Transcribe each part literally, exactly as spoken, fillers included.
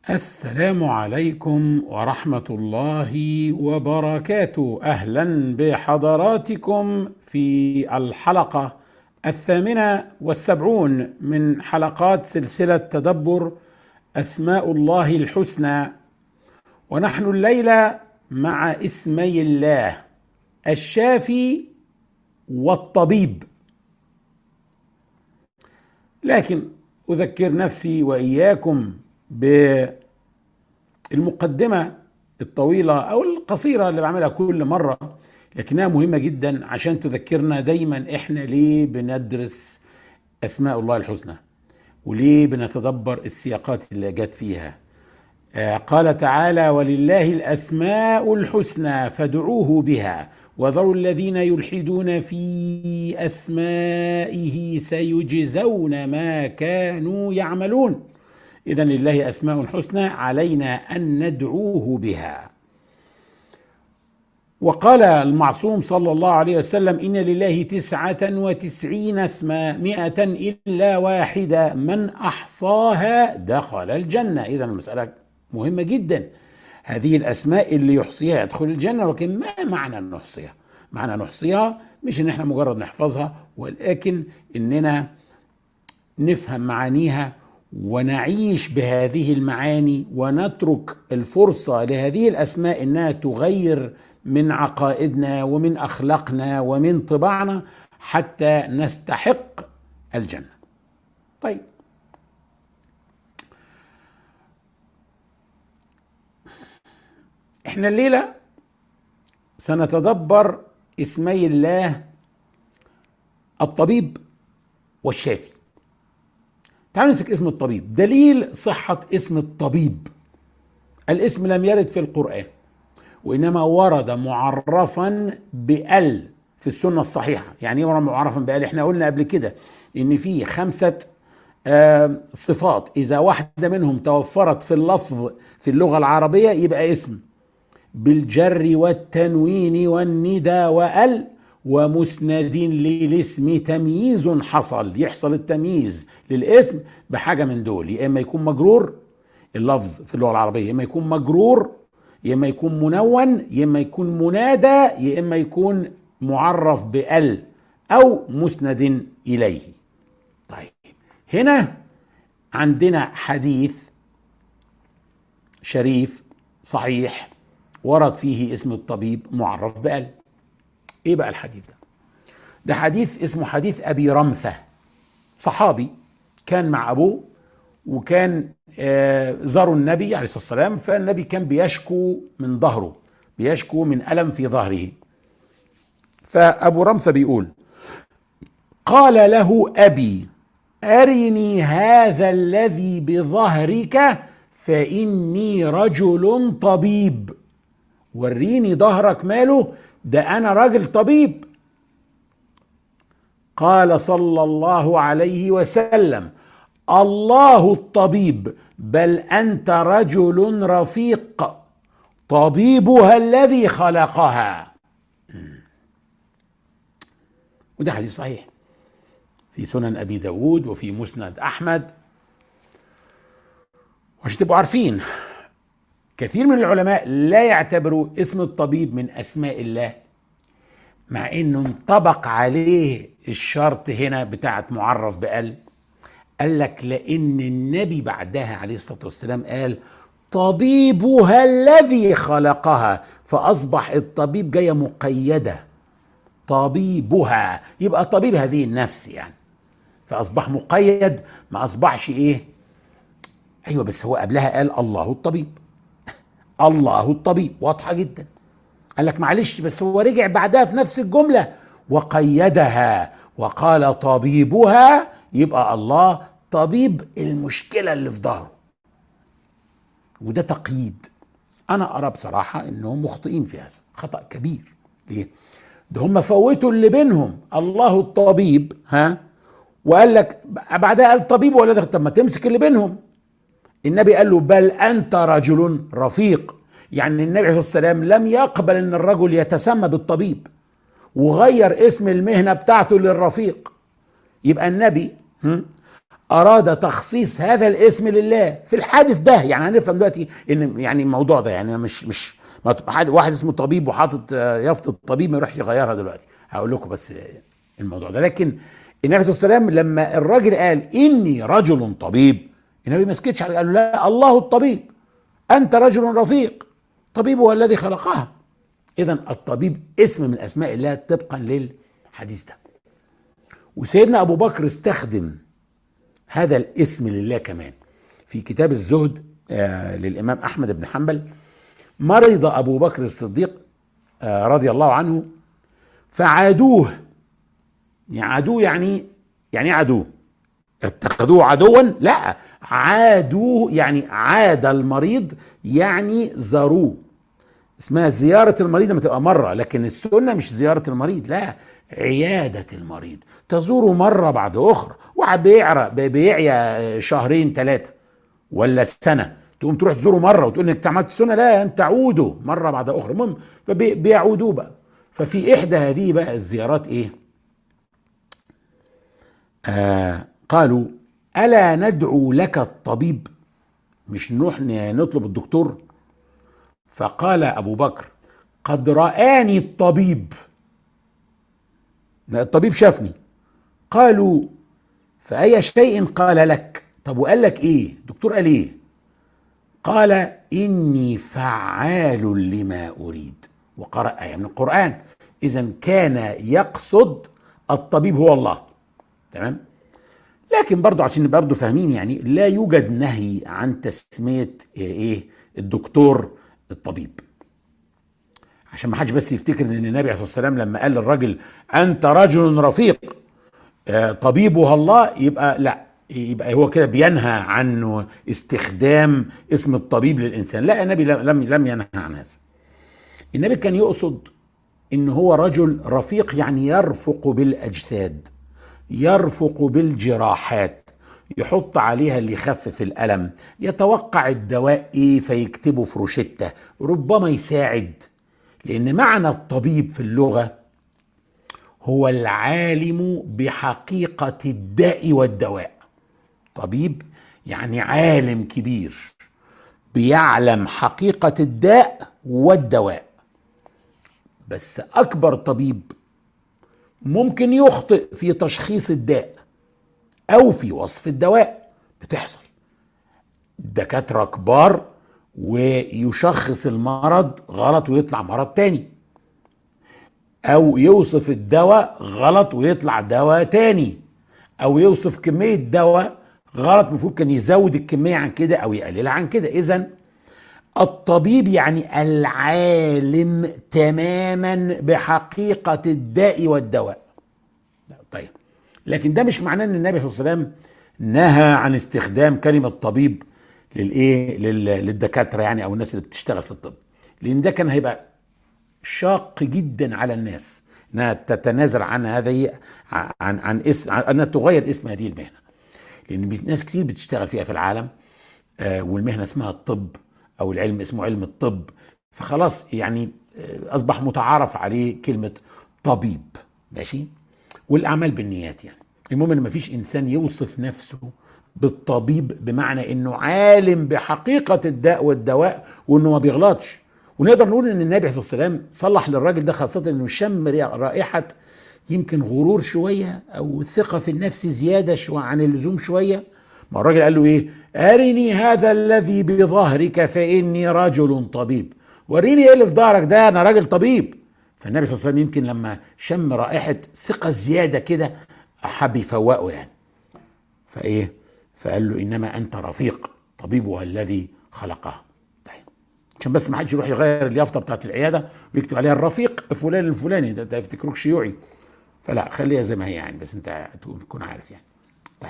السلام عليكم ورحمة الله وبركاته. أهلا بحضراتكم في الحلقة الثامنة والسبعون من حلقات سلسلة تدبر أسماء الله الحسنى، ونحن الليلة مع اسمي الله الشافي والطبيب. لكن أذكر نفسي وإياكم بالمقدمة الطويلة أو القصيرة اللي بعملها كل مرة، لكنها مهمة جدا عشان تذكرنا دايما إحنا ليه بندرس أسماء الله الحسنى وليه بنتدبر السياقات اللي جت فيها. آه قال تعالى: ولله الأسماء الحسنى فادعوه بها وذروا الذين يلحدون في أسمائه سيجزون ما كانوا يعملون. إذن لله أسماء حسنى علينا أن ندعوه بها. وقال المعصوم صلى الله عليه وسلم: إن لله تسعة وتسعين اسما مئة إلا واحدة من أحصاها دخل الجنة. إذن المسألة مهمة جدا، هذه الأسماء اللي يحصيها يدخل الجنة. ولكن ما معنى أن نحصيها؟ معنى نحصيها مش إن احنا مجرد نحفظها، ولكن إننا نفهم معانيها ونعيش بهذه المعاني، ونترك الفرصة لهذه الأسماء إنها تغير من عقائدنا ومن أخلاقنا ومن طباعنا حتى نستحق الجنة. طيب، احنا الليلة سنتدبر اسمي الله الطبيب والشافي. تعالوا نمسك اسم الطبيب. دليل صحة اسم الطبيب: الاسم لم يرد في القرآن، وإنما ورد معرفا بأل في السنة الصحيحة. يعني ايه ورد معرفا بأل؟ احنا قلنا قبل كده إن في خمسة آه صفات إذا واحدة منهم توفرت في اللفظ في اللغة العربية يبقى اسم، بالجر والتنوين والندى وأل ومسند للاسم تمييز حصل. يحصل التمييز للاسم بحاجة من دول: يا إما يكون مجرور، اللفظ في اللغة العربية يا إما يكون مجرور، يا إما يكون منون، يا إما يكون منادى، يا إما يكون معرف بأل أو مسند إليه. طيب، هنا عندنا حديث شريف صحيح ورد فيه اسم الطبيب معرف بأل. ايه بقى الحديث ده؟ ده حديث اسمه حديث ابي رمثة، صحابي كان مع ابوه، وكان آه زاروا النبي عليه الصلاة والسلام، فالنبي كان بيشكو من ظهره، بيشكو من ألم في ظهره. فابو رمثة بيقول: قال له أبي أرني هذا الذي بظهرك فإني رجل طبيب. وريني ظهرك ماله، ده أنا راجل طبيب. قال صلى الله عليه وسلم: الله الطبيب، بل أنت رجل رفيق، طبيبها الذي خلقها. وده حديث صحيح في سنن أبي داود وفي مسند أحمد. وعشان تبقوا عارفين، كثير من العلماء لا يعتبروا اسم الطبيب من أسماء الله، مع انه انطبق عليه الشرط هنا بتاعت معرف بأل. قال لك لان النبي بعدها عليه الصلاة والسلام قال: طبيبها الذي خلقها، فاصبح الطبيب جاية مقيدة، طبيبها يبقى طبيب هذه النفس يعني، فاصبح مقيد، ما اصبحش ايه. ايوه، بس هو قبلها قال الله الطبيب، الله الطبيب، واضحة جدا. قال لك معلش، بس هو رجع بعدها في نفس الجملة وقيدها وقال طبيبها، يبقى الله طبيب المشكلة اللي في ظهره. وده تقييد. أنا أرى بصراحة إنهم مخطئين في هذا خطأ كبير. ليه؟ ده هم فوتوا اللي بينهم، الله الطبيب ها، وقال لك بعدها قال طبيب ولا ده. طب ما تمسك اللي بينهم. النبي قال له: بل أنت رجل رفيق. يعني النبي عليه الصلاة والسلام لم يقبل ان الرجل يتسمى بالطبيب، وغير اسم المهنة بتاعته للرفيق. يبقى النبي اراد تخصيص هذا الاسم لله في الحادث ده. يعني هنفهم دلوقتي ان يعني الموضوع ده يعني مش مش واحد اسمه طبيب وحاطط يافطه الطبيب ما يروحش يغيرها دلوقتي، هقول لكم بس الموضوع ده. لكن النبي صلى الله عليه وسلم لما الراجل قال اني رجل طبيب، النبي ما سكتش عليه، قال له لا، الله الطبيب، انت رجل رفيق، طبيب هو الذي خلقها. اذا الطبيب اسم من اسماء الله طبقا للحديث ده. وسيدنا ابو بكر استخدم هذا الاسم لله كمان في كتاب الزهد آه للامام احمد بن حنبل. مرض ابو بكر الصديق آه رضي الله عنه فعادوه. يعني عادوه يعني يعني عدو اتخذوه عدوا؟ لا، عادوه يعني عاد المريض، يعني زاروه. اسمها زيارة المريض لما تبقى مرة، لكن السنة مش زيارة المريض، لا، عيادة المريض، تزوره مرة بعد أخرى. واحد بيعرق بيعيا شهرين ثلاثة ولا سنة، تقوم تروح تزوره مرة وتقول انك عملت السنة؟ لا، انت عوده مرة بعد أخرى. المهم فبيعودوه بقى. ففي إحدى هذه بقى الزيارات إيه؟ آه قالوا ألا ندعو لك الطبيب، مش نروح نطلب الدكتور؟ فقال أبو بكر قد رآني الطبيب، الطبيب شافني. قالوا فأي شيء قال لك؟ طب وقال لك ايه؟ الدكتور قال ايه؟ قال إني فعال لما أريد، وقرأ آية من القرآن. إذا كان يقصد الطبيب هو الله، تمام؟ لكن برضو عشان برضو فاهمين، يعني لا يوجد نهي عن تسمية ايه الدكتور الطبيب، عشان ما حدش بس يفتكر ان النبي عليه الصلاة والسلام لما قال للراجل انت رجل رفيق آه طبيبها الله، يبقى لا، يبقى هو كده بينهى عنه استخدام اسم الطبيب للانسان. لا، النبي لم لم ينهى عن هذا. النبي كان يقصد ان هو رجل رفيق، يعني يرفق بالاجساد، يرفق بالجراحات، يحط عليها اللي يخفف الألم، يتوقع الدواء ايه فيكتبه في روشتة، ربما يساعد. لأن معنى الطبيب في اللغة هو العالم بحقيقة الداء والدواء. طبيب يعني عالم كبير بيعلم حقيقة الداء والدواء. بس أكبر طبيب ممكن يخطئ في تشخيص الداء او في وصف الدواء، بتحصل دكاترة كبار ويشخص المرض غلط ويطلع مرض تاني، او يوصف الدواء غلط ويطلع دواء تاني، او يوصف كمية دواء غلط، المفروض كان يزود الكمية عن كده او يقللها عن كده. اذا الطبيب يعني العالم تماما بحقيقة الداء والدواء. طيب، لكن ده مش معناه ان النبي صلى الله عليه وسلم نهى عن استخدام كلمة طبيب للايه للدكاترة يعني او الناس اللي بتشتغل في الطب، لان ده كان هيبقى شاق جدا على الناس انها تتنازل عن هذه عن عن اسم، انها تغير اسم هذه المهنة، لان ناس كتير بتشتغل فيها في العالم آه والمهنة اسمها الطب او العلم اسمه علم الطب، فخلاص يعني آه اصبح متعارف عليه كلمة طبيب، ماشي؟ والاعمال بالنيات يعني. المهم ان مفيش انسان يوصف نفسه بالطبيب بمعنى انه عالم بحقيقة الداء والدواء وانه ما بيغلطش. ونقدر نقول ان النبي صلى الله عليه وسلم صلح للراجل ده، خاصة انه شم رائحة يمكن غرور شوية او ثقة في النفس زيادة شوية عن اللزوم شوية. ما الراجل قال له ايه؟ ارني هذا الذي بظهرك فاني رجل طبيب، وريني ايه اللي في ظهرك ده، انا راجل طبيب. فالنبي صلى الله عليه وسلم يمكن لما شم رائحة ثقة زيادة كده حب يفوقه يعني، فايه فقال له انما انت رفيق، طبيبها الذي خلقها. طيب، عشان بس ما حدش يروح يغير اليافطة بتاعت العيادة ويكتب عليها الرفيق فلان الفلاني، ده, ده يفتكروك شيوعي، فلا، خليها زي ما هي يعني، بس انت تكون عارف يعني. طيب،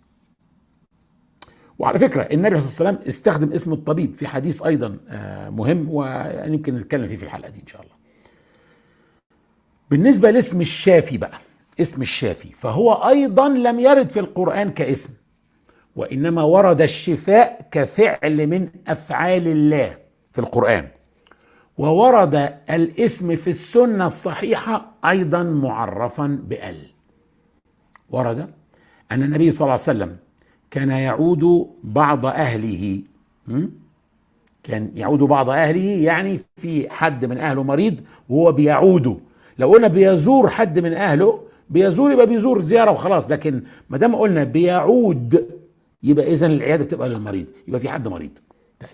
وعلى فكرة النبي صلى الله عليه وسلم استخدم اسم الطبيب في حديث ايضا مهم، ويمكن نتكلم فيه في الحلقة دي ان شاء الله. بالنسبة لاسم الشافي بقى، اسم الشافي فهو ايضا لم يرد في القرآن كاسم، وانما ورد الشفاء كفعل من افعال الله في القرآن، وورد الاسم في السنة الصحيحة ايضا معرفا بال. ورد ان النبي صلى الله عليه وسلم كان يعود بعض أهله. م? كان يعود بعض أهله يعني في حد من أهله مريض وهو بيعوده. لو قلنا بيزور حد من أهله، بيزور يبقى بيزور زيارة وخلاص، لكن ما دام قلنا بيعود يبقى إذن العيادة بتبقى للمريض، يبقى في حد مريض. طيب.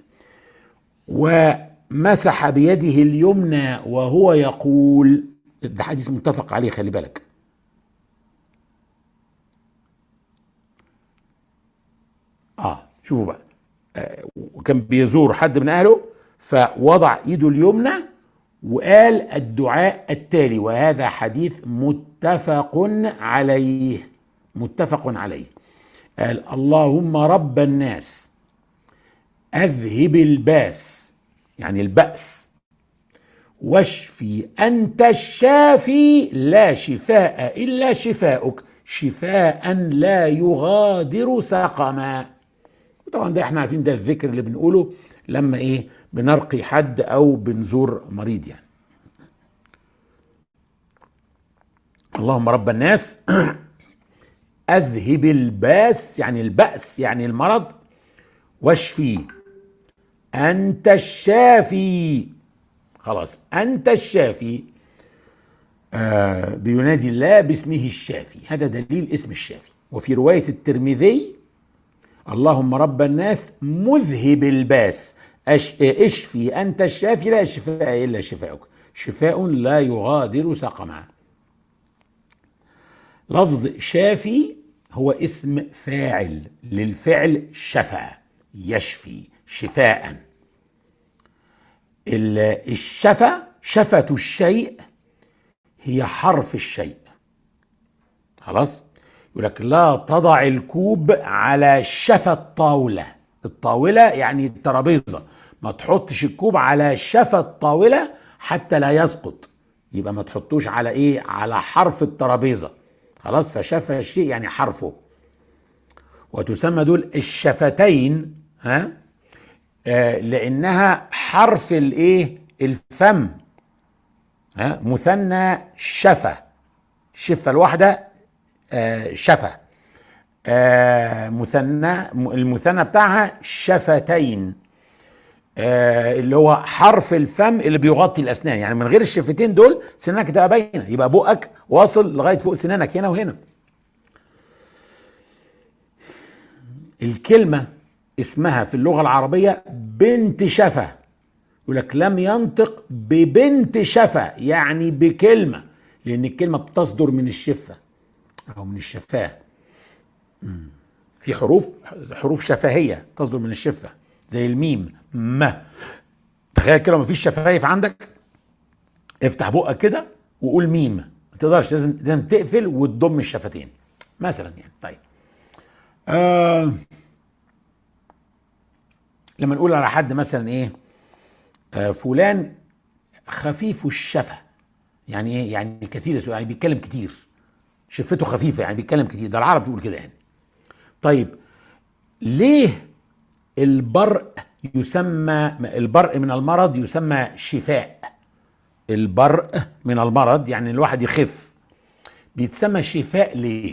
ومسح بيده اليمنى وهو يقول، ده حديث متفق عليه، خلي بالك. اه شوفوا بقى، آه وكان بيزور حد من اهله فوضع ايده اليمنى وقال الدعاء التالي، وهذا حديث متفق عليه، متفق عليه. قال اللهم رب الناس اذهب الباس، يعني البأس، واشفي انت الشافي لا شفاء الا شفاؤك شفاء لا يغادر سقما. طبعا ده احنا عارفين، ده الذكر اللي بنقوله لما ايه بنرقي حد او بنزور مريض يعني. اللهم رب الناس اذهب الباس يعني البأس يعني المرض، واشفي انت الشافي، خلاص انت الشافي. آه بينادي الله باسمه الشافي، هذا دليل اسم الشافي. وفي رواية الترمذي اللهم رب الناس مذهب الباس اشفي انت الشافي لا شفاء الا شفاؤك شفاء لا يغادر سقما. لفظ شافي هو اسم فاعل للفعل شفى، يشفي شفاء. الشفى، شفة الشيء هي حرف الشيء، خلاص. يقول لك لا تضع الكوب على شفة الطاولة، الطاولة يعني الترابيزة، ما تحطش الكوب على شفة الطاولة حتى لا يسقط، يبقى ما تحطوش على ايه، على حرف الترابيزة، خلاص. فشفة الشيء يعني حرفه. وتسمى دول الشفتين، ها آه لانها حرف الايه، الفم، ها مثنى شفة، الشفة الواحدة آه شفة، آه مثنى، المثنى بتاعها شفتين، آه اللي هو حرف الفم اللي بيغطي الاسنان، يعني من غير الشفتين دول سنانك تبقى باينه، يبقى بقك واصل لغايه فوق سنانك هنا وهنا. الكلمه اسمها في اللغه العربيه بنت شفا، يقول لك لم ينطق ببنت شفا يعني بكلمه، لان الكلمه بتصدر من الشفه او من الشفاه. في حروف حروف شفهيه تصدر من الشفه زي الميم ما. تخيل كده ما فيش شفايف عندك، افتح بقك كده وقول ميم، ما تقدرش، لازم لازم تقفل وتضم الشفتين مثلا يعني. طيب آه لما نقول على حد مثلا ايه، آه فلان خفيف الشفه، يعني ايه، يعني كثير، يعني بيتكلم كتير، شفته خفيفه يعني بيتكلم كتير، ده العرب بتقول كده يعني. طيب ليه البرء يسمى، البرء من المرض يسمى شفاء، البرء من المرض يعني الواحد يخف بيتسمى شفاء ليه؟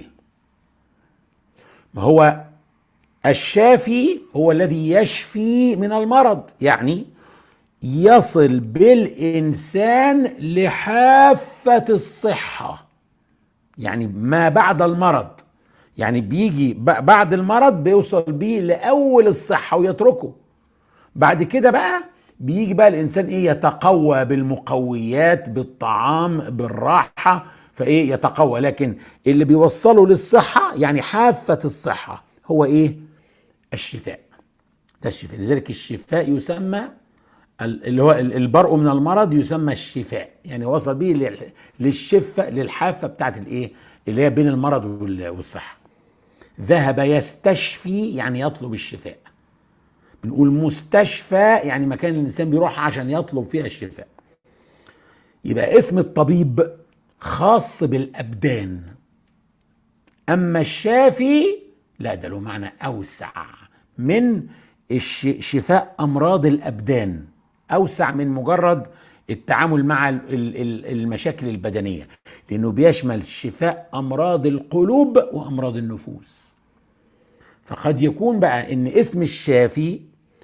ما هو الشافي هو الذي يشفي من المرض، يعني يصل بالإنسان لحافة الصحة، يعني ما بعد المرض، يعني بيجي بعد المرض بيوصل بيه لأول الصحة ويتركه. بعد كده بقى بيجي بقى الإنسان إيه، يتقوى بالمقويات، بالطعام، بالراحة، فإيه يتقوى. لكن اللي بيوصله للصحة يعني حافة الصحة هو إيه، الشفاء، ده الشفاء. لذلك الشفاء يسمى، اللي هو البرء من المرض يسمى الشفاء، يعني وصل به للشفة، للحافة بتاعت الإيه اللي هي بين المرض والصحة. ذهب يستشفي يعني يطلب الشفاء، بنقول مستشفى يعني مكان الإنسان بيروح عشان يطلب فيها الشفاء. يبقى اسم الطبيب خاص بالأبدان، أما الشافي لا، ده له معنى أوسع من شفاء أمراض الأبدان، أوسع من مجرد التعامل مع المشاكل البدنية، لأنه بيشمل شفاء أمراض القلوب وأمراض النفوس. فقد يكون بقى ان اسم الشافي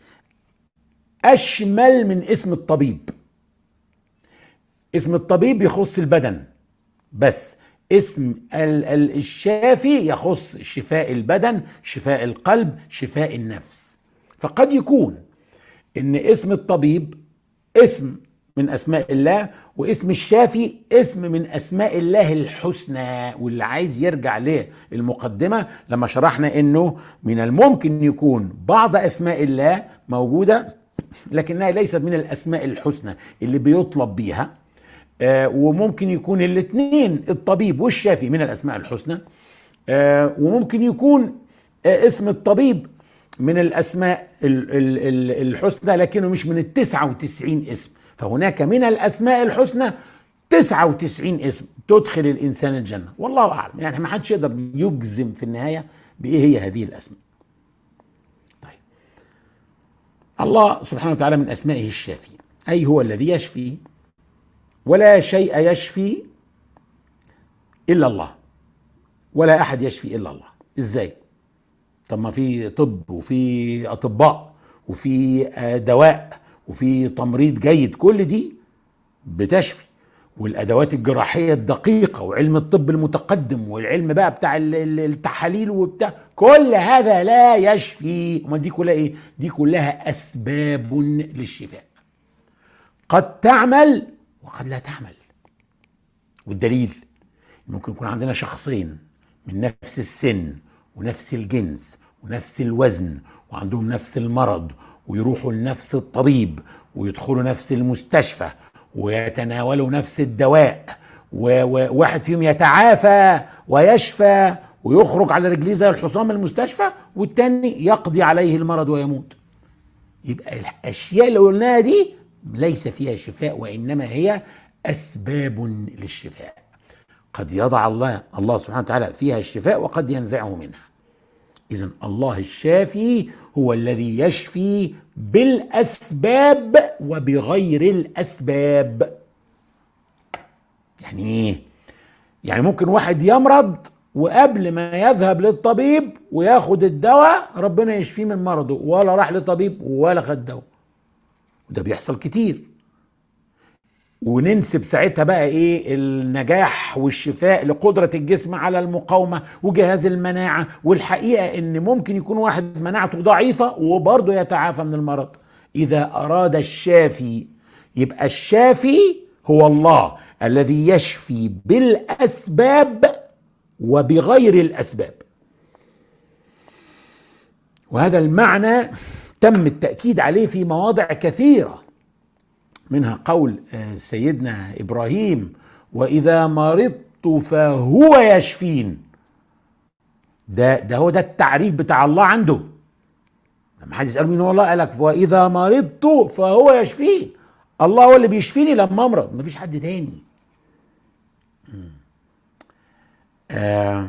اشمل من اسم الطبيب. اسم الطبيب يخص البدن بس، اسم ال- ال- الشافي يخص شفاء البدن، شفاء القلب، شفاء النفس. فقد يكون ان اسم الطبيب اسم من اسماء الله، واسم الشافي اسم من اسماء الله الحسنى. واللي عايز يرجع للمقدمة لما شرحنا انه من الممكن يكون بعض اسماء الله موجودة لكنها ليست من الاسماء الحسنى اللي بيطلب بيها، آه وممكن يكون الاثنين الطبيب والشافي من الاسماء الحسنى، آه وممكن يكون آه اسم الطبيب من الاسماء ال- ال- ال- الحسنى لكنه مش من التسعة وتسعين اسم. فهناك من الاسماء الحسنى تسعة وتسعين اسم تدخل الانسان الجنة، والله اعلم. يعني ما حدش يقدر يجزم في النهاية بايه هي هذه الاسماء. طيب، الله سبحانه وتعالى من اسمائه الشافي، اي هو الذي يشفي، ولا شيء يشفي الا الله، ولا احد يشفي الا الله. ازاي؟ طب ما في طب وفي اطباء وفي آه، دواء وفي تمريض جيد، كل دي بتشفي، والادوات الجراحيه الدقيقه وعلم الطب المتقدم والعلم بقى بتاع ال- ال- التحاليل وبتاع، كل هذا لا يشفي. امال دي كلها ايه؟ دي كلها اسباب للشفاء، قد تعمل وقد لا تعمل. والدليل ممكن يكون عندنا شخصين من نفس السن ونفس الجنس ونفس الوزن وعندهم نفس المرض، ويروحوا لنفس الطبيب ويدخلوا نفس المستشفى ويتناولوا نفس الدواء، وواحد فيهم يتعافى ويشفى ويخرج على رجليه زي الحصان من المستشفى، والتاني يقضي عليه المرض ويموت. يبقى الاشياء اللي قلناها دي ليس فيها شفاء، وانما هي اسباب للشفاء. قد يضع الله الله سبحانه وتعالى فيها الشفاء وقد ينزعه منها. إذن الله الشافي هو الذي يشفي بالأسباب وبغير الأسباب. يعني إيه؟ يعني ممكن واحد يمرض وقبل ما يذهب للطبيب وياخد الدواء ربنا يشفيه من مرضه، ولا راح لطبيب ولا خد دواء. وده بيحصل كتير، وننسب ساعتها بقى ايه النجاح والشفاء لقدرة الجسم على المقاومة وجهاز المناعة. والحقيقة ان ممكن يكون واحد مناعته ضعيفة وبرضه يتعافى من المرض. اذا اراد الشافي يبقى الشافي هو الله الذي يشفي بالاسباب وبغير الاسباب. وهذا المعنى تم التأكيد عليه في مواضع كثيرة، منها قول سيدنا إبراهيم: وإذا مرضت فهو يشفين. ده ده هو ده التعريف بتاع الله عنده. لما حد يسأله مين هو الله، قالك وإذا مرضت فهو يشفين. الله هو اللي بيشفيني لما أمرض، مفيش حد تاني. آه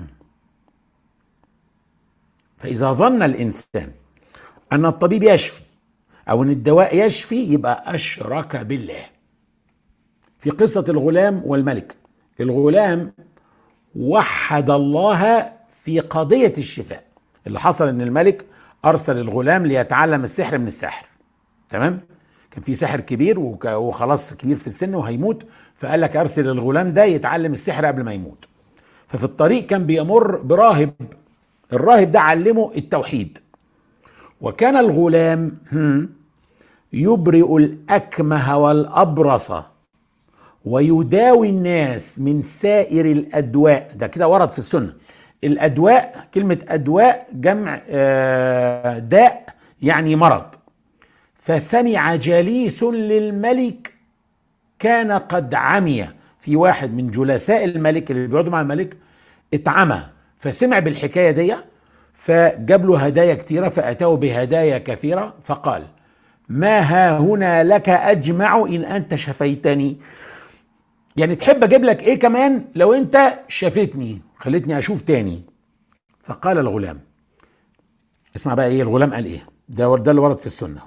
فإذا ظن الإنسان أن الطبيب يشفي أو أن الدواء يشفي يبقى أشرك بالله. في قصة الغلام والملك، الغلام وحد الله في قضية الشفاء. اللي حصل أن الملك أرسل الغلام ليتعلم السحر من الساحر، تمام؟ كان في ساحر كبير وخلاص كبير في السن وهيموت، فقال لك أرسل الغلام ده يتعلم السحر قبل ما يموت. ففي الطريق كان بيمر براهب، الراهب ده علمه التوحيد. وكان الغلام يبرئ الأكمه والأبرص ويداوي الناس من سائر الأدواء. ده كده ورد في السنة. الأدواء، كلمة أدواء جمع داء يعني مرض. فسمع جليس للملك كان قد عمي، في واحد من جلساء الملك اللي بيقعدوا مع الملك اتعمى، فسمع بالحكاية دي فجاب له هدايا كتيرة، فأتاه بهدايا كثيرة، فقال: ما ها هنا لك أجمع إن أنت شفيتني. يعني تحب أجيب لك إيه كمان لو أنت شفيتني، خلتني أشوف تاني. فقال الغلام، اسمع بقى إيه الغلام قال إيه، ده ده اللي ورد في السنة.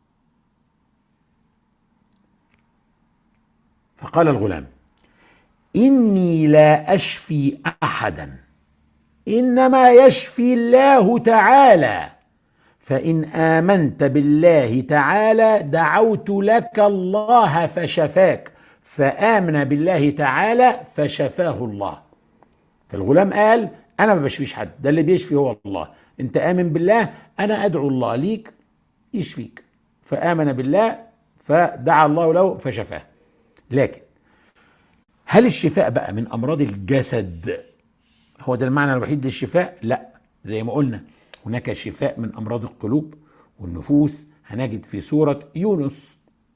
فقال الغلام: إني لا أشفي أحدا إنما يشفي الله تعالى، فإن آمنت بالله تعالى دعوت لك الله فشفاك، فآمن بالله تعالى فشفاه الله. فالغلام قال أنا ما بشفيش حد، ده اللي بيشفي هو الله، أنت آمن بالله، أنا أدعو الله ليك يشفيك. فآمن بالله فدعا الله له فشفاه. لكن هل الشفاء بقى من أمراض الجسد هو ده المعنى الوحيد للشفاء؟ لا، زي ما قلنا هناك شفاء من أمراض القلوب والنفوس. هنجد في سورة يونس: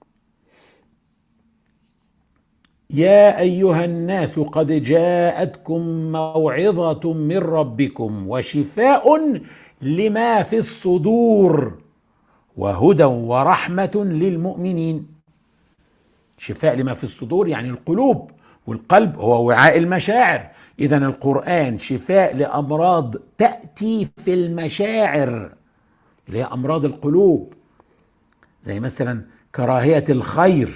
يا أيها الناس قد جاءتكم موعظة من ربكم وشفاء لما في الصدور وهدى ورحمة للمؤمنين. شفاء لما في الصدور يعني القلوب، والقلب هو وعاء المشاعر. إذن القرآن شفاء لأمراض تأتي في المشاعر اللي هي أمراض القلوب، زي مثلا كراهية الخير،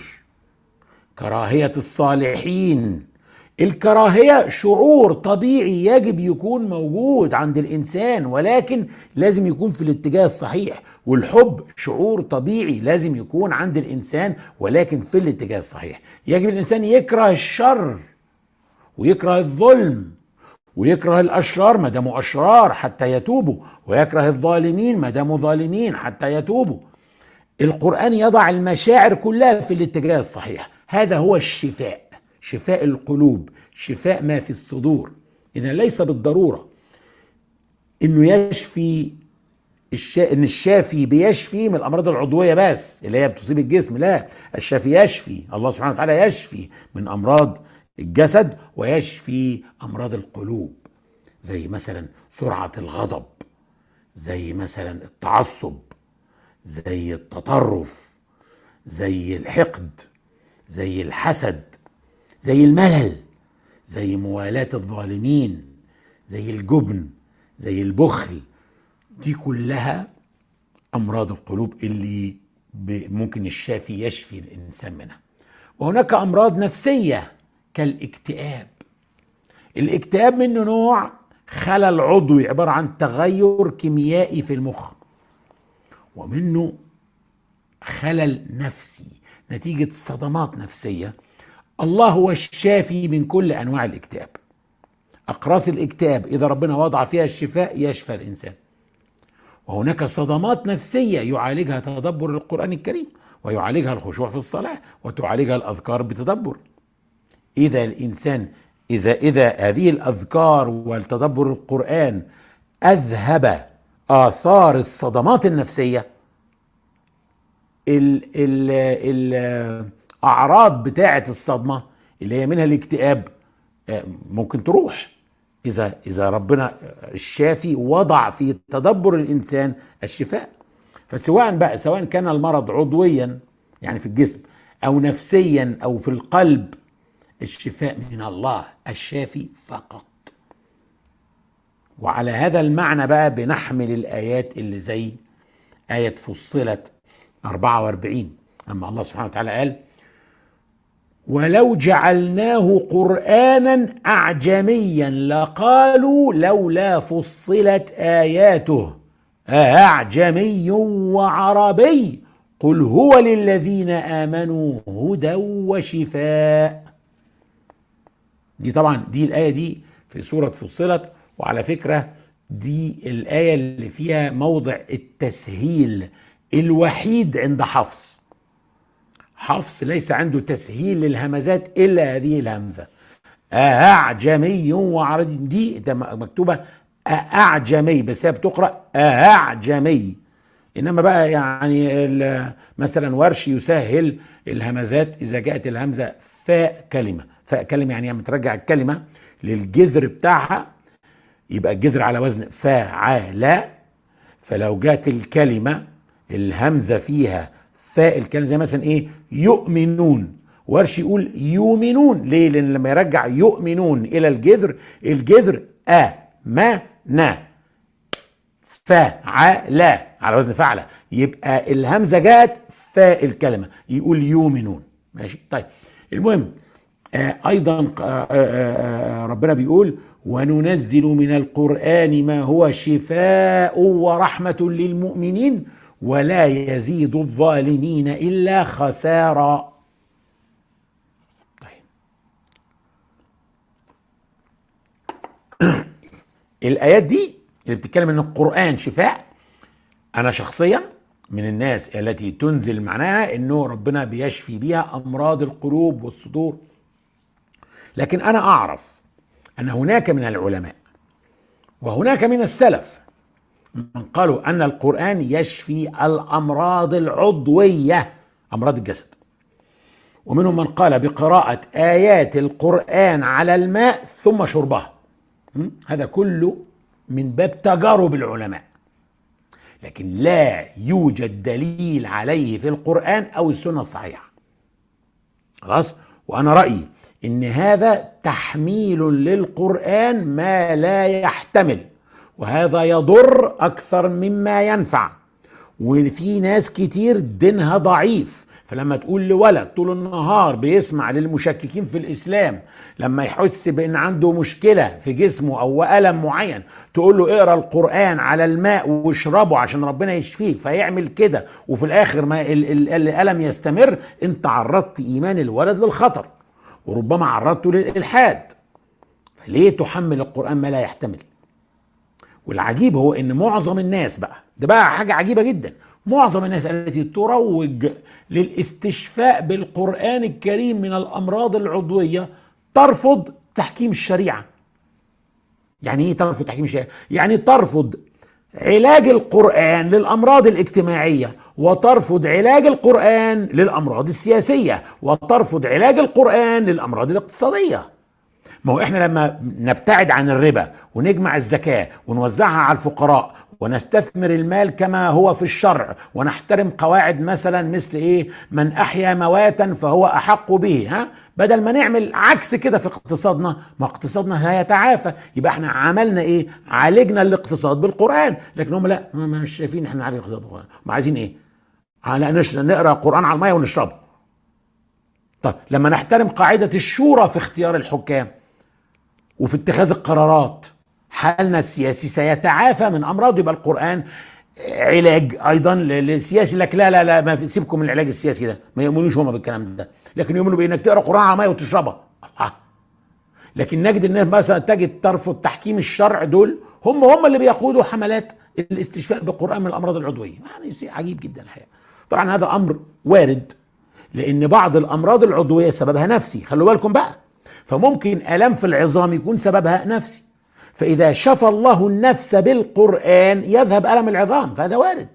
كراهية الصالحين. الكراهية شعور طبيعي يجب يكون موجود عند الإنسان، ولكن لازم يكون في الاتجاه الصحيح. والحب شعور طبيعي لازم يكون عند الإنسان، ولكن في الاتجاه الصحيح. يجب الإنسان يكره الشر ويكره الظلم ويكره الأشرار ما داموا أشرار حتى يتوبوا، ويكره الظالمين ما داموا ظالمين حتى يتوبوا. القرآن يضع المشاعر كلها في الاتجاه الصحيح. هذا هو الشفاء، شفاء القلوب، شفاء ما في الصدور. إذن ليس بالضرورة إنه يشفي الشا... إن الشافي بيشفي من الأمراض العضوية بس اللي هي بتصيب الجسم. لا، الشافي يشفي، الله سبحانه وتعالى يشفي من أمراض الجسد ويشفي أمراض القلوب، زي مثلا سرعة الغضب، زي مثلا التعصب، زي التطرف، زي الحقد، زي الحسد، زي الملل، زي موالاة الظالمين، زي الجبن، زي البخل. دي كلها أمراض القلوب اللي ممكن الشافي يشفي الإنسان منها. وهناك أمراض نفسية كالاكتئاب. الاكتئاب منه نوع خلل عضوي عبارة عن تغير كيميائي في المخ، ومنه خلل نفسي نتيجة صدمات نفسية. الله هو الشافي من كل أنواع الاكتئاب. أقراص الاكتئاب إذا ربنا وضع فيها الشفاء يشفى الإنسان. وهناك صدمات نفسية يعالجها تدبر القرآن الكريم، ويعالجها الخشوع في الصلاة، وتعالجها الأذكار بتدبر. إذا الإنسان إذا إذا هذه الأذكار والتدبر القرآن أذهب آثار الصدمات النفسية، ال ال الأعراض بتاعة الصدمة اللي هي منها الاكتئاب ممكن تروح. إذا إذا ربنا الشافي وضع في تدبر الإنسان الشفاء. فسواء بقى سواء كان المرض عضويا يعني في الجسم أو نفسيا أو في القلب، الشفاء من الله الشافي فقط. وعلى هذا المعنى بقى بنحمل الآيات اللي زي آية فصلت أربعة وأربعين لما الله سبحانه وتعالى قال: ولو جعلناه قرآنا أعجميا لقالوا لولا فصلت آياته أعجمي وعربي قل هو للذين آمنوا هدى وشفاء. دي طبعا دي الآية دي في سورة فصلت. وعلى فكرة دي الآية اللي فيها موضع التسهيل الوحيد عند حفص. حفص ليس عنده تسهيل للهمزات إلا هذه الهمزة أعجمي وعربي. دي مكتوبة أعجمي بس هي بتقرأ أعجمي. إنما بقى يعني مثلا ورش يسهل الهمزات إذا جاءت الهمزة فاء كلمة. فاء كلمة يعني مترجع الكلمة للجذر بتاعها، يبقى الجذر على وزن فاعل. فلو جات الكلمة الهمزة فيها فاء الكلمة زي مثلا ايه يؤمنون، ورش يقول يؤمنون. ليه؟ لان لما يرجع يؤمنون الى الجذر، الجذر أ ما نا فعل على وزن فعل، يبقى الهمزة جات فاء الكلمة يقول يؤمنون. ماشي. طيب المهم آه ايضا آه آه ربنا بيقول وننزل من القرآن ما هو شفاء ورحمة للمؤمنين ولا يزيد الظالمين إلا خسارا. طيب الآيات دي اللي بتتكلم ان القرآن شفاء، انا شخصيا من الناس التي تنزل معناها انه ربنا بيشفي بيها امراض القلوب والصدور، لكن انا اعرف ان هناك من العلماء وهناك من السلف من قالوا ان القرآن يشفي الامراض العضوية، امراض الجسد، ومنهم من قال بقراءة ايات القرآن على الماء ثم شربها. هذا كله من باب تجارب العلماء، لكن لا يوجد دليل عليه في القرآن او السنة الصحيحة. خلاص، وانا رأيي ان هذا تحميل للقرآن ما لا يحتمل، وهذا يضر اكثر مما ينفع. وفي ناس كتير دينها ضعيف، فلما تقول لولد طول النهار بيسمع للمشككين في الاسلام، لما يحس بان عنده مشكله في جسمه او الم معين، تقول له اقرا القران على الماء واشربه عشان ربنا يشفيك، فيعمل كده وفي الاخر ما الالم يستمر، انت عرضت ايمان الولد للخطر وربما عرضته للالحاد. فليه تحمل القران ما لا يحتمل؟ والعجيب هو ان معظم الناس بقى، ده بقى حاجه عجيبه جدا، معظم الناس التي تروج للاستشفاء بالقرآن الكريم من الأمراض العضوية ترفض تحكيم الشريعة. يعني ايه ترفض تحكيم الشريعة؟ يعني ترفض علاج القرآن للأمراض الاجتماعية، وترفض علاج القرآن للأمراض السياسية، وترفض علاج القرآن للأمراض الاقتصادية. ما هو احنا لما نبتعد عن الربا ونجمع الزكاة ونوزعها على الفقراء ونستثمر المال كما هو في الشرع، ونحترم قواعد مثلا مثل ايه، من احيا مواتا فهو احق به، ها، بدل ما نعمل عكس كده في اقتصادنا، ما اقتصادنا هيتعافى. يبقى احنا عملنا ايه؟ عالجنا الاقتصاد بالقرآن. لكن هم لا، مش شايفين احنا نعالج الاقتصاد بالقرآن، هم عايزين ايه؟ على نقرا قرآن على المية ونشربه. طب لما نحترم قاعدة الشورى في اختيار الحكام وفي اتخاذ القرارات، حالنا السياسي سيتعافى من امراض. يبقى القرآن علاج ايضا للسياسي. لك لا لا لا، ما سيبكم من العلاج السياسي ده، ما يؤمنوش هم بالكلام ده، لكن يؤمنوا بانك تقرا قرآن على ميه وتشربها. الله. لكن نجد الناس مثلا تجد ترفض تحكيم الشرع، دول هم هم اللي بيقودوا حملات الاستشفاء بالقرآن من الامراض العضويه. يعني شيء عجيب جدا الحقيقه. طبعا هذا امر وارد، لان بعض الامراض العضويه سببها نفسي، خلوا بالكم بقى. فممكن الام في العظام يكون سببها نفسي، فاذا شفى الله النفس بالقرآن يذهب الم العظام، فهذا وارد.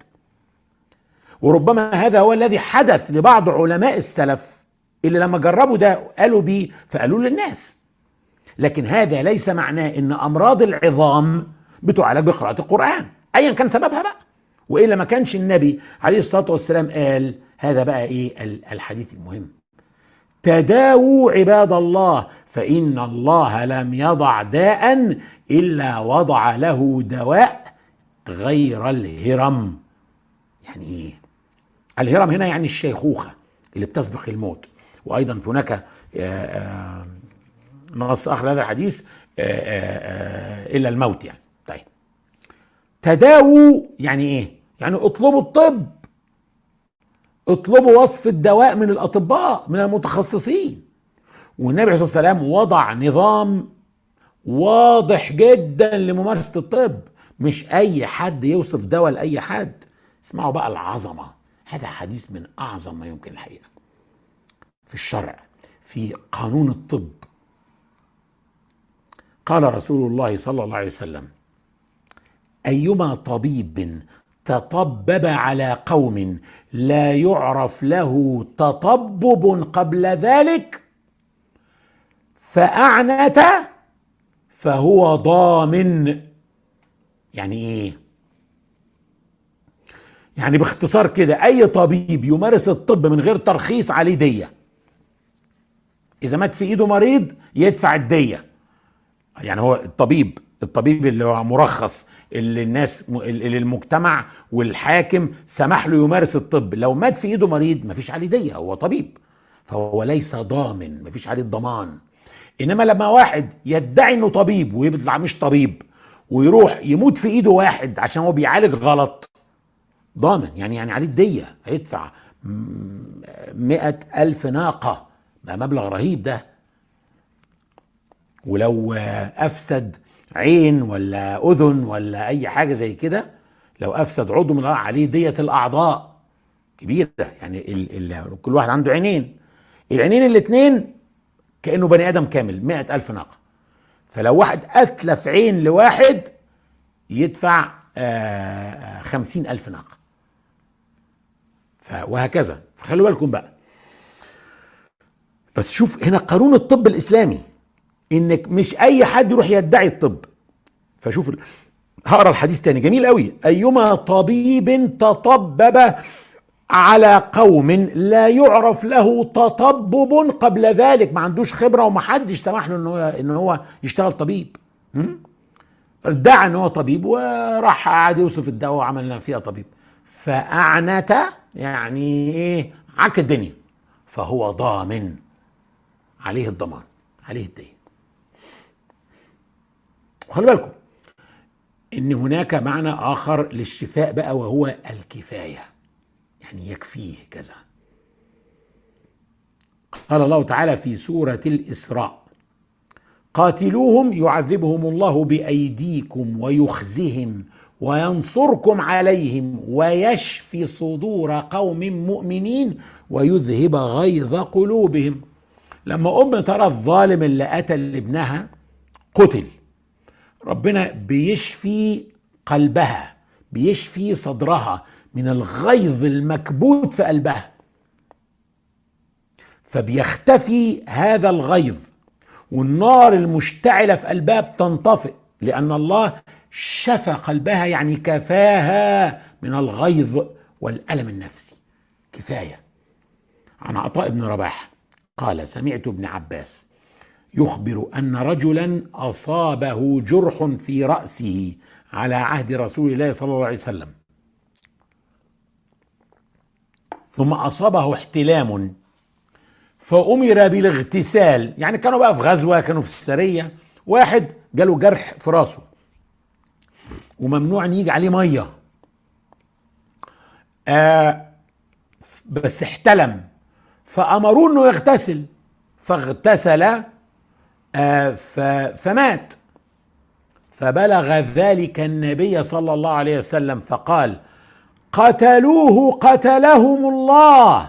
وربما هذا هو الذي حدث لبعض علماء السلف اللي لما جربوا ده قالوا بيه فقالوا للناس. لكن هذا ليس معناه ان امراض العظام بتعالج بقراءة القرآن ايا كان سببها بقى، والا ما كانش النبي عليه الصلاة والسلام قال هذا بقى ايه الحديث المهم: تداووا عباد الله فإن الله لم يضع داء إلا وضع له دواء غير الهرم. يعني إيه؟ الهرم هنا يعني الشيخوخة اللي بتسبق الموت. وأيضا هناك نص آخر هذا الحديث إلا الموت يعني. طيب، تداووا يعني إيه؟ يعني اطلبوا الطب، اطلبوا وصف الدواء من الأطباء من المتخصصين. والنبي عليه الصلاة والسلام وضع نظام واضح جدا لممارسة الطب، مش أي حد يوصف دواء لأي حد. اسمعوا بقى العظمة، هذا حديث من أعظم ما يمكن الحقيقة في الشرع، في قانون الطب. قال رسول الله صلى الله عليه وسلم: أيما طبيب تطبب على قوم لا يعرف له تطبب قبل ذلك فأعنت فهو ضامن. يعني ايه؟ يعني باختصار كده، اي طبيب يمارس الطب من غير ترخيص عليه دية. اذا مات في ايده مريض يدفع الدية. يعني هو الطبيب الطبيب اللي هو مرخص، اللي الناس اللي المجتمع والحاكم سمح له يمارس الطب، لو مات في ايده مريض مفيش عليه دية، هو طبيب. فهو ليس ضامن، مفيش عليه الضمان. انما لما واحد يدعي انه طبيب ويطلع مش طبيب ويروح يموت في ايده واحد عشان هو بيعالج غلط، ضامن. يعني يعني عليه الدية، هيدفع مئة ألف ناقة، ده مبلغ رهيب ده. ولو أفسد عين ولا أذن ولا أي حاجة زي كده، لو أفسد عضو من الأعضاء عليه دية الأعضاء كبيرة. يعني ال ال كل واحد عنده عينين، العينين الاتنين كأنه بني آدم كامل، مئة ألف ناقة. فلو واحد أتلف عين لواحد يدفع آه خمسين ألف ناقة، وهكذا. فخلوا بالكم بقى. بس شوف هنا قانون الطب الإسلامي، إنك مش أي حد يروح يدعي الطب. فشوف، هقرا الحديث تاني جميل قوي. أيما طبيب تطبب على قوم لا يعرف له تطبب قبل ذلك، ما عندوش خبرة ومحدش سمح له إن هو إن هو يشتغل طبيب، ادعى إن هو طبيب وراح قعد يوصف الدواء وعملنا فيها طبيب، فأعنت يعني إيه، عك الدنيا، فهو ضامن، عليه الضمان، عليه الدين. وخلي بالكم ان هناك معنى اخر للشفاء بقى، وهو الكفاية، يعني يكفيه كذا. قال الله تعالى في سورة الإسراء: قاتلوهم يعذبهم الله بأيديكم ويخزهم وينصركم عليهم ويشفي صدور قوم مؤمنين ويذهب غيظ قلوبهم. لما أم ترى الظالم اللي قتل ابنها قتل، ربنا بيشفي قلبها، بيشفي صدرها من الغيظ المكبوت في قلبها، فبيختفي هذا الغيظ، والنار المشتعلة في قلبها بتنطفئ، لأن الله شفى قلبها، يعني كفاها من الغيظ والألم النفسي، كفاية. عن عطاء بن رباح قال: سمعت ابن عباس يخبر أن رجلا أصابه جرح في رأسه على عهد رسول الله صلى الله عليه وسلم، ثم أصابه احتلام فأمر بالاغتسال. يعني كانوا بقى في غزوة، كانوا في السرية، واحد جاله جرح في راسه وممنوع ان يجي عليه مية، آه بس احتلم، فأمروه انه يغتسل، فاغتسل آه فمات. فبلغ ذلك النبي صلى الله عليه وسلم فقال: قتلوه قتلهم الله،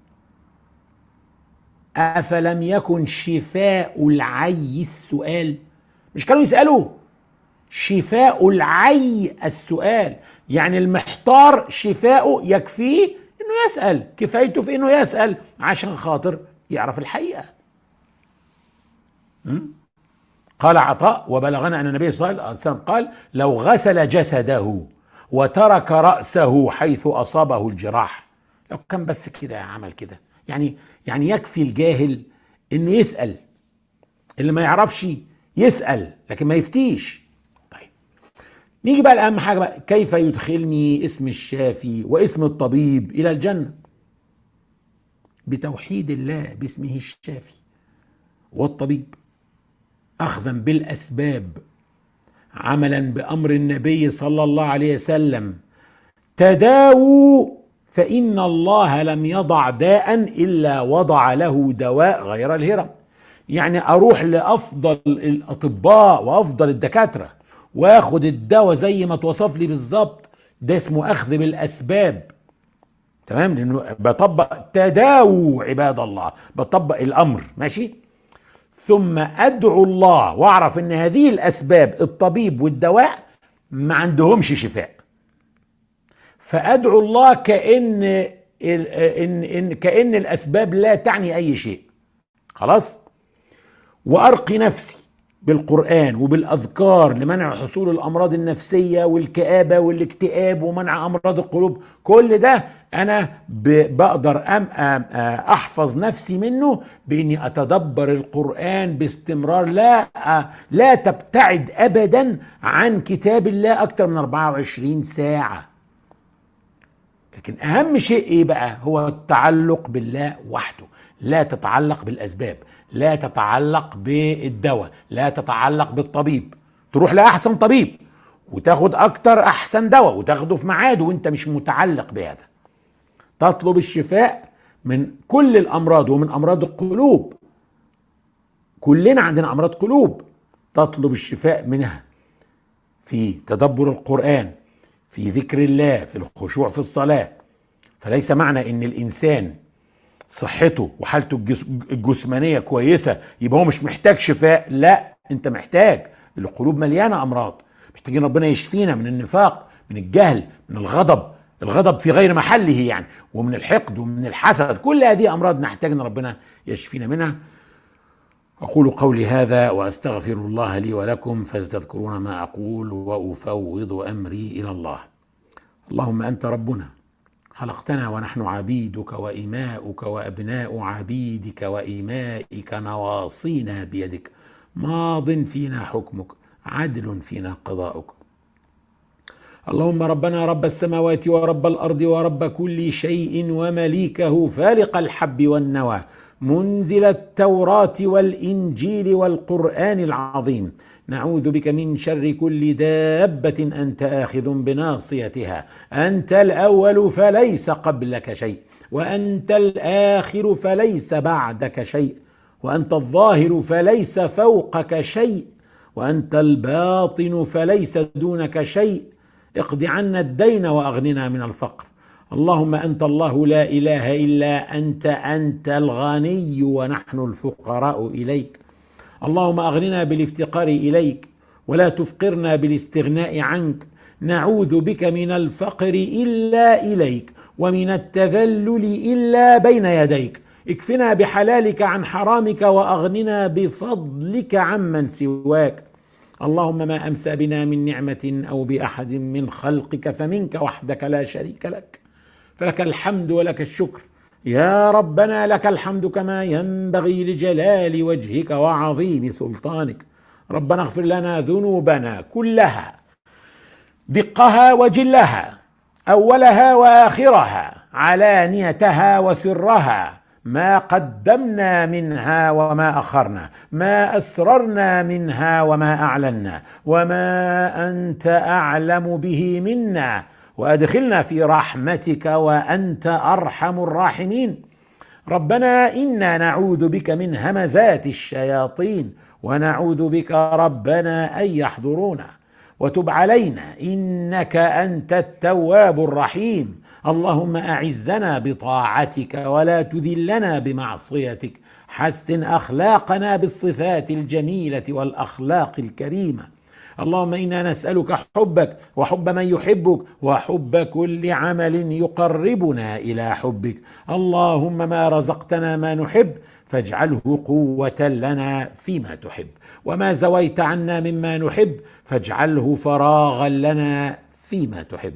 أفلم يكن شفاء العي السؤال؟ مش كانوا يسألوا؟ شفاء العي السؤال، يعني المحتار شفاؤه يكفيه انه يسأل، كفايته في انه يسأل عشان خاطر يعرف الحقيقة. م? قال عطاء: وبلغنا أن النبي صلى الله عليه وسلم قال: لو غسل جسده وترك رأسه حيث أصابه الجراح، لو كان بس كده عمل كده، يعني يعني يكفي الجاهل انه يسأل، اللي ما يعرفش يسأل لكن ما يفتيش. طيب نيجي بقى لأهم حاجة بقى: كيف يدخلني اسم الشافي واسم الطبيب إلى الجنة؟ بتوحيد الله باسمه الشافي والطبيب، أخذا بالأسباب، عملا بأمر النبي صلى الله عليه وسلم: تداووا فإن الله لم يضع داء إلا وضع له دواء غير الهرم. يعني أروح لأفضل الأطباء وأفضل الدكاترة وأخد الدواء زي ما توصف لي بالظبط، ده اسمه أخذ بالأسباب. تمام، لأنه بطبق تداووا عباد الله، بطبق الأمر، ماشي. ثم أدعو الله وأعرف أن هذه الأسباب، الطبيب والدواء، ما عندهمش شفاء، فأدعو الله كأن إن إن كأن الأسباب لا تعني أي شيء، خلاص. وأرقي نفسي بالقرآن وبالأذكار لمنع حصول الأمراض النفسية والكآبة والاكتئاب ومنع أمراض القلوب. كل ده أنا بقدر أم أم أحفظ نفسي منه بإني أتدبر القرآن باستمرار، لا لا تبتعد أبدا عن كتاب الله أكتر من أربعة وعشرين ساعة. لكن أهم شيء إيه بقى؟ هو التعلق بالله وحده، لا تتعلق بالأسباب، لا تتعلق بالدواء، لا تتعلق بالطبيب. تروح لأحسن طبيب وتاخد أكتر أحسن دواء وتاخده في ميعاده وانت مش متعلق بهذا. تطلب الشفاء من كل الأمراض ومن أمراض القلوب. كلنا عندنا أمراض قلوب، تطلب الشفاء منها في تدبر القرآن، في ذكر الله، في الخشوع في الصلاة. فليس معنى ان الانسان صحته وحالته الجسمانية كويسة يبقى هو مش محتاج شفاء. لا، انت محتاج. القلوب مليانة امراض، محتاجين ربنا يشفينا من النفاق، من الجهل، من الغضب، الغضب في غير محله يعني، ومن الحقد ومن الحسد. كل هذه امراض نحتاج ان ربنا يشفينا منها. أقول قولي هذا وأستغفر الله لي ولكم، فاستذكرون ما أقول وأفوض أمري إلى الله. اللهم أنت ربنا، خلقتنا ونحن عبيدك وإماؤك وأبناء عبيدك وإمائك، نواصينا بيدك، ماض فينا حكمك، عدل فينا قضاؤك. اللهم ربنا رب السماوات ورب الأرض ورب كل شيء ومليكه، فالق الحب والنوى، منزل التوراة والإنجيل والقرآن العظيم، نعوذ بك من شر كل دابة أنت آخذ بناصيتها. أنت الأول فليس قبلك شيء، وأنت الآخر فليس بعدك شيء، وأنت الظاهر فليس فوقك شيء، وأنت الباطن فليس دونك شيء. اقض عنا الدين وأغننا من الفقر. اللهم أنت الله لا إله إلا أنت، أنت الغني ونحن الفقراء إليك. اللهم أغننا بالافتقار إليك ولا تفقرنا بالاستغناء عنك. نعوذ بك من الفقر إلا إليك، ومن التذلل إلا بين يديك. اكفنا بحلالك عن حرامك، وأغننا بفضلك عمن سواك. اللهم ما أمسى بنا من نعمة أو بأحد من خلقك فمنك وحدك لا شريك لك، فلك الحمد ولك الشكر يا ربنا. لك الحمد كما ينبغي لجلال وجهك وعظيم سلطانك. ربنا اغفر لنا ذنوبنا كلها، دقها وجلها، أولها وآخرها، علانيتها وسرها، ما قدمنا منها وما أخرنا، ما أسررنا منها وما أعلنا، وما أنت أعلم به منا. وأدخلنا في رحمتك وأنت أرحم الراحمين. ربنا إنا نعوذ بك من همزات الشياطين، ونعوذ بك ربنا أن يحضرونا. وتب علينا إنك أنت التواب الرحيم. اللهم أعزنا بطاعتك ولا تذلنا بمعصيتك. حسن أخلاقنا بالصفات الجميلة والأخلاق الكريمة. اللهم إنا نسألك حبك وحب من يحبك وحب كل عمل يقربنا إلى حبك. اللهم ما رزقتنا ما نحب فاجعله قوة لنا فيما تحب، وما زويت عنا مما نحب فاجعله فراغا لنا فيما تحب.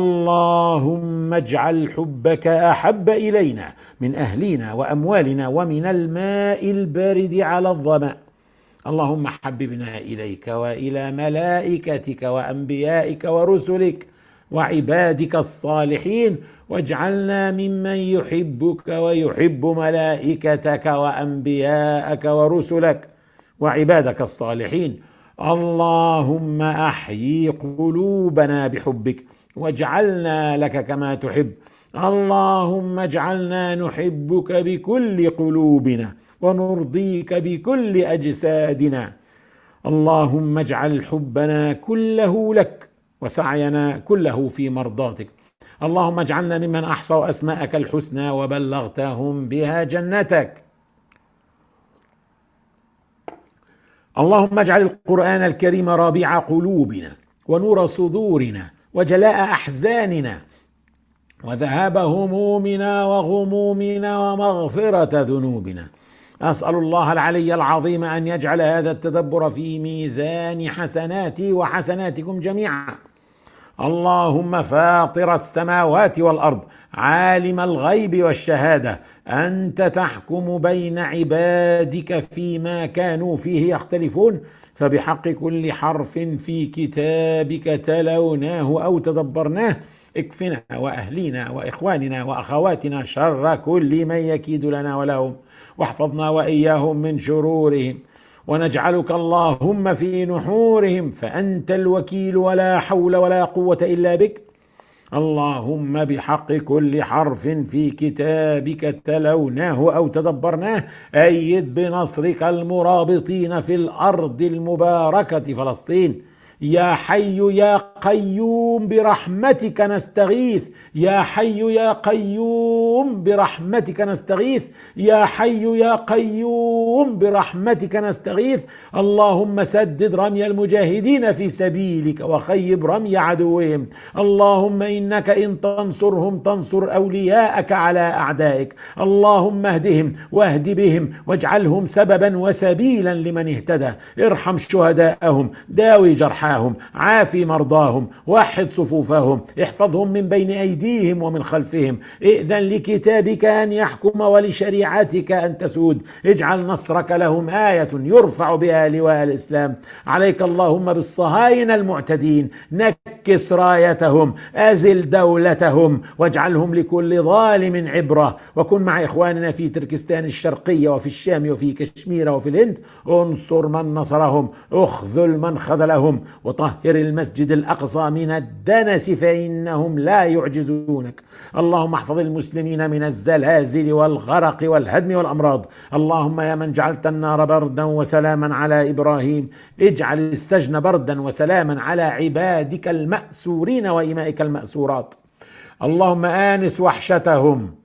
اللهم اجعل حبك أحب إلينا من أهلنا وأموالنا ومن الماء البارد على الظمأ. اللهم حببنا إليك وإلى ملائكتك وأنبيائك ورسلك وعبادك الصالحين، واجعلنا ممن يحبك ويحب ملائكتك وأنبياءك ورسلك وعبادك الصالحين. اللهم أحيي قلوبنا بحبك واجعلنا لك كما تحب. اللهم اجعلنا نحبك بكل قلوبنا ونرضيك بكل أجسادنا. اللهم اجعل حبنا كله لك وسعينا كله في مرضاتك. اللهم اجعلنا ممن أحصوا أسماءك الحسنى وبلغتهم بها جنتك. اللهم اجعل القرآن الكريم ربيع قلوبنا ونور صدورنا وجلاء أحزاننا وذهاب همومنا وغمومنا ومغفرة ذنوبنا. أسأل الله العلي العظيم أن يجعل هذا التدبر في ميزان حسناتي وحسناتكم جميعا. اللهم فاطر السماوات والأرض، عالم الغيب والشهادة، أنت تحكم بين عبادك فيما كانوا فيه يختلفون، فبحق كل حرف في كتابك تلوناه أو تدبرناه اكفنا وأهلينا وإخواننا وأخواتنا شر كل من يكيد لنا ولهم، واحفظنا وإياهم من شرورهم، ونجعلك اللهم في نحورهم، فأنت الوكيل ولا حول ولا قوة إلا بك. اللهم بحق كل حرف في كتابك تلوناه أو تدبرناه أيد بنصرك المرابطين في الأرض المباركة فلسطين. يا حي يا قيوم برحمتك نستغيث، يا حي يا قيوم برحمتك نستغيث، يا حي يا قيوم برحمتك نستغيث. اللهم سدد رمي المجاهدين في سبيلك وخيب رمي عدوهم. اللهم إنك إن تنصرهم تنصر أولياءك على أعدائك. اللهم اهدهم واهد بهم واجعلهم سببا وسبيلا لمن اهتدى. ارحم شهداءهم، داوي جرحاهم، عافي مرضاهم، وحد صفوفهم، احفظهم من بين أيديهم ومن خلفهم. ائذن لكتابك أن يحكم ولشريعتك أن تسود. اجعل نصرك لهم آية يرفع بها لواء الإسلام. عليك اللهم بالصهاينة المعتدين، نكس رايتهم، أزل دولتهم، واجعلهم لكل ظالم عبرة. وكن مع إخواننا في تركستان الشرقية وفي الشام وفي كشمير وفي الهند. انصر من نصرهم، اخذل من خذلهم، وطهر المسجد الأقصى من الدنس فإنهم لا يعجزونك. اللهم احفظ المسلمين من الزلازل والغرق والهدم والأمراض. اللهم يا من جعلت النار بردا وسلاما على إبراهيم، اجعل السجن بردا وسلاما على عبادك المأسورين وإمائك المأسورات. اللهم آنس وحشتهم،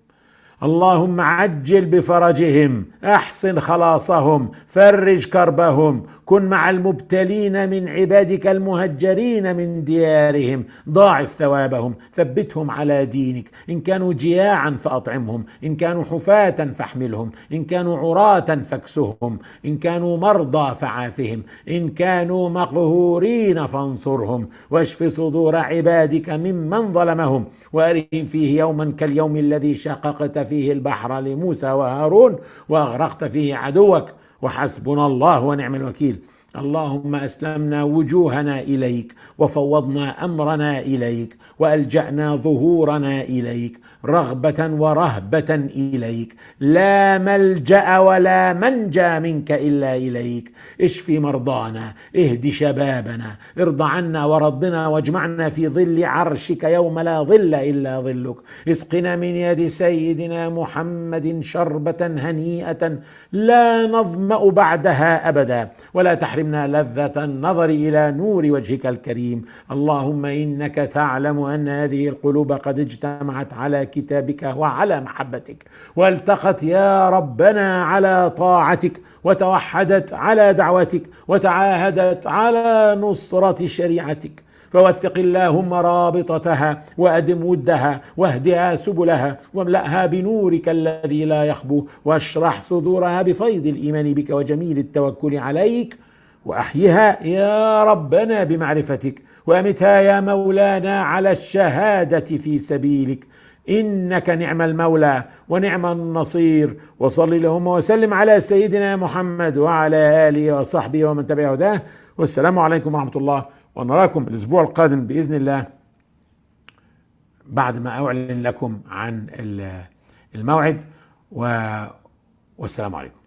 اللهم عجل بفرجهم، احسن خلاصهم، فرج كربهم. كن مع المبتلين من عبادك المهجرين من ديارهم، ضاعف ثوابهم، ثبتهم على دينك. إن كانوا جياعا فأطعمهم، إن كانوا حفاة فاحملهم، إن كانوا عراة فاكسهم، إن كانوا مرضى فعافهم، إن كانوا مقهورين فانصرهم. واشف صدور عبادك ممن ظلمهم، وأرهم فيه يوما كاليوم الذي شققت فيه فيه البحر لموسى وهارون وأغرقت فيه عدوك. وحسبنا الله ونعم الوكيل. اللهم أسلمنا وجوهنا إليك، وفوضنا أمرنا إليك، وألجأنا ظهورنا إليك، رغبة ورهبة إليك. لا ملجأ ولا منجى منك إلا إليك. اشفي مرضانا، اهد شبابنا، ارض عنا ورضنا، واجمعنا في ظل عرشك يوم لا ظل إلا ظلك. اسقنا من يد سيدنا محمد شربة هنيئة لا نظمأ بعدها أبدا، ولا تحرمنا لذة النظر إلى نور وجهك الكريم. اللهم إنك تعلم أن هذه القلوب قد اجتمعت على كتابك وعلى محبتك، والتقت يا ربنا على طاعتك، وتوحدت على دعوتك، وتعاهدت على نصرة شريعتك. فوثق اللهم رابطتها، وأدم ودها، واهدها سبلها، واملأها بنورك الذي لا يخبو، واشرح صدورها بفيض الإيمان بك وجميل التوكل عليك. وأحيها يا ربنا بمعرفتك، وأمتها يا مولانا على الشهادة في سبيلك. إنك نعم المولى ونعم النصير. وصل اللهم وسلم على سيدنا محمد وعلى آله وصحبه ومن تبع هداه. والسلام عليكم ورحمة الله، ونراكم الأسبوع القادم بإذن الله بعد ما أعلن لكم عن الموعد. والسلام عليكم.